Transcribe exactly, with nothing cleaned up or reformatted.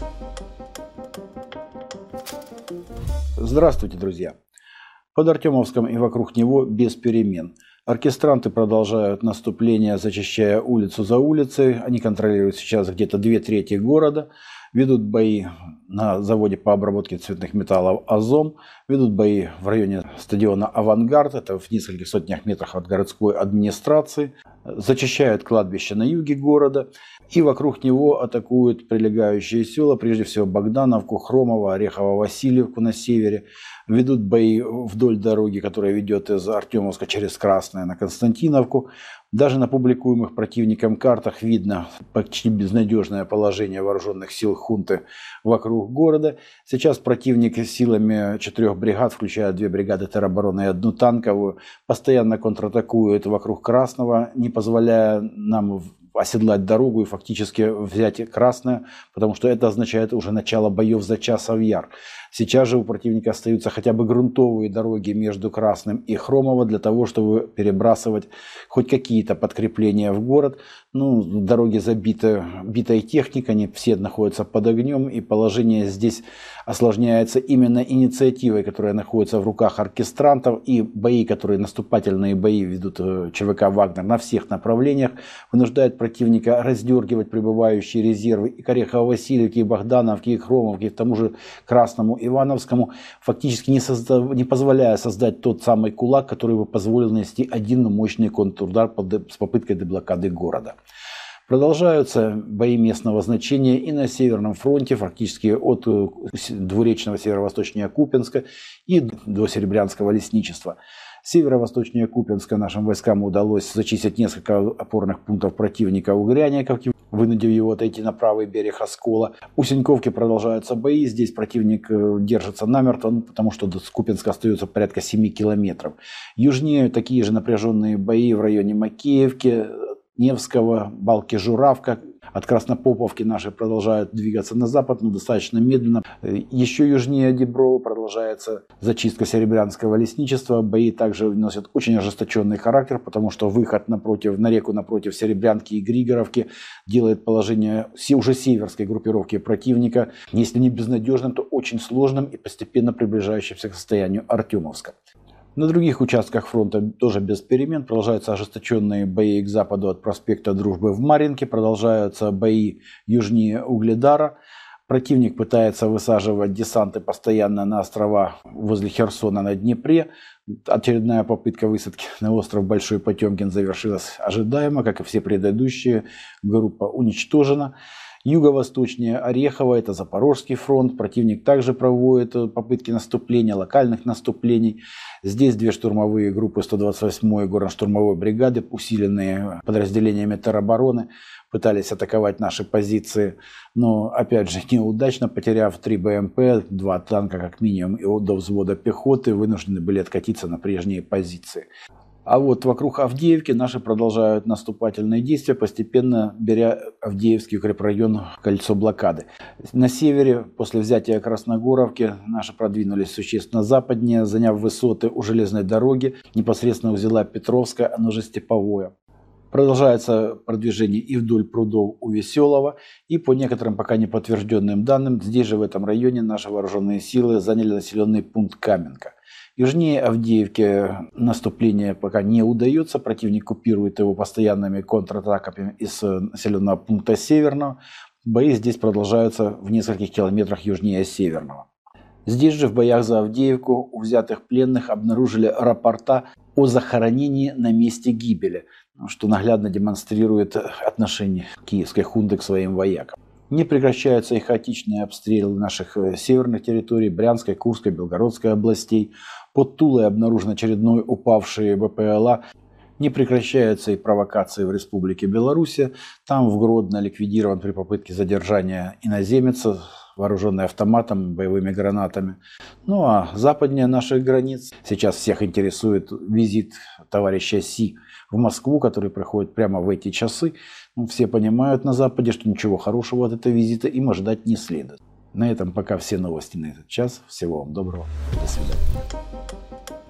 Здравствуйте, друзья! Под Артемовском и вокруг него без перемен. Оркестранты продолжают наступление, зачищая улицу за улицей. Они контролируют сейчас где-то две трети города. Ведут бои на заводе по обработке цветных металлов «Азом». Ведут бои в районе стадиона «Авангард». Это в нескольких сотнях метрах от городской администрации. Зачищают кладбище на юге города. И вокруг него атакуют прилегающие села, прежде всего Богдановку, Хромово, Орехово-Васильевку на севере. Ведут бои вдоль дороги, которая ведет из Артемовска через Красное на Константиновку. Даже на публикуемых противником картах видно почти безнадежное положение вооруженных сил хунты вокруг города. Сейчас противник силами четырех бригад, включая две бригады теробороны и одну танковую, постоянно контратакует вокруг Красного, не позволяя нам оседлать дорогу и фактически взять Красное, потому что это означает уже начало боев за Часов Яр. Сейчас же у противника остаются хотя бы грунтовые дороги между Красным и Хромово для того, чтобы перебрасывать хоть какие-то подкрепления в город. Ну, дороги забиты битой техникой, они все находятся под огнем, и положение здесь осложняется именно инициативой, которая находится в руках оркестрантов, и бои, которые наступательные бои ведут ЧВК «Вагнер» на всех направлениях, вынуждают противника раздергивать прибывающие резервы и к Орехово-Васильевке, и Богдановке, и Хромовке, и к тому же Красному Ивановскому, фактически не, созда... не позволяя создать тот самый кулак, который бы позволил нанести один мощный контрудар под... с попыткой деблокады города. Продолжаются бои местного значения и на Северном фронте, фактически от двуречного северо-восточнее Купенска и до Серебрянского лесничества. Северо-восточнее Купенска нашим войскам удалось зачистить несколько опорных пунктов противника у Гряниковки, вынудив его отойти на правый берег Оскола. У Синьковки продолжаются бои. Здесь противник держится намертво, ну, потому что до Купенска остается порядка семи километров. Южнее такие же напряженные бои в районе Макеевки, Невского, Балки-Журавка. От Краснопоповки наши продолжают двигаться на запад, но достаточно медленно. Еще южнее Деброва продолжается зачистка Серебрянского лесничества. Бои также носят очень ожесточенный характер, потому что выход напротив, на реку напротив Серебрянки и Григоровки делает положение уже северской группировки противника, если не безнадежным, то очень сложным и постепенно приближающимся к состоянию Артемовска. На других участках фронта тоже без перемен. Продолжаются ожесточенные бои к западу от проспекта Дружбы в Марьинке. Продолжаются бои южнее Угледара. Противник пытается высаживать десанты постоянно на острова возле Херсона на Днепре. Очередная попытка высадки на остров Большой Потемкин завершилась ожидаемо, как и все предыдущие. Группа уничтожена. Юго-восточнее Орехово, это Запорожский фронт. Противник также проводит попытки наступления, локальных наступлений. Здесь две штурмовые группы сто двадцать восьмой горно-штурмовой бригады, усиленные подразделениями теробороны, пытались атаковать наши позиции. Но, опять же, неудачно, потеряв три БМП, два танка как минимум и до взвода пехоты, вынуждены были откатиться на прежние позиции. А вот вокруг Авдеевки наши продолжают наступательные действия, постепенно беря Авдеевский укрепрайон в кольцо блокады. На севере, после взятия Красногоровки, наши продвинулись существенно западнее, заняв высоты у железной дороги, непосредственно взяла Петровское, оно же Степовое. Продолжается продвижение и вдоль прудов у Веселого, и по некоторым пока не подтвержденным данным, здесь же в этом районе наши вооруженные силы заняли населенный пункт Каменка. Южнее Авдеевки наступление пока не удается, противник купирует его постоянными контратаками из населенного пункта Северного. Бои здесь продолжаются в нескольких километрах южнее Северного. Здесь же в боях за Авдеевку у взятых пленных обнаружили рапорта о захоронении на месте гибели, что наглядно демонстрирует отношение киевской хунты к своим воякам. Не прекращаются и хаотичные обстрелы наших северных территорий, Брянской, Курской, Белгородской областей. Под Тулой обнаружен очередной упавший БПЛА. Не прекращаются и провокации в Республике Беларусь. Там в Гродно ликвидирован при попытке задержания иноземца, вооруженный автоматом, боевыми гранатами. Ну а западнее наших границ сейчас всех интересует визит товарища Си в Москву, который проходит прямо в эти часы. Ну, все понимают на Западе, что ничего хорошего от этого визита им ожидать не следует. На этом пока все новости на этот час. Всего вам доброго. До свидания.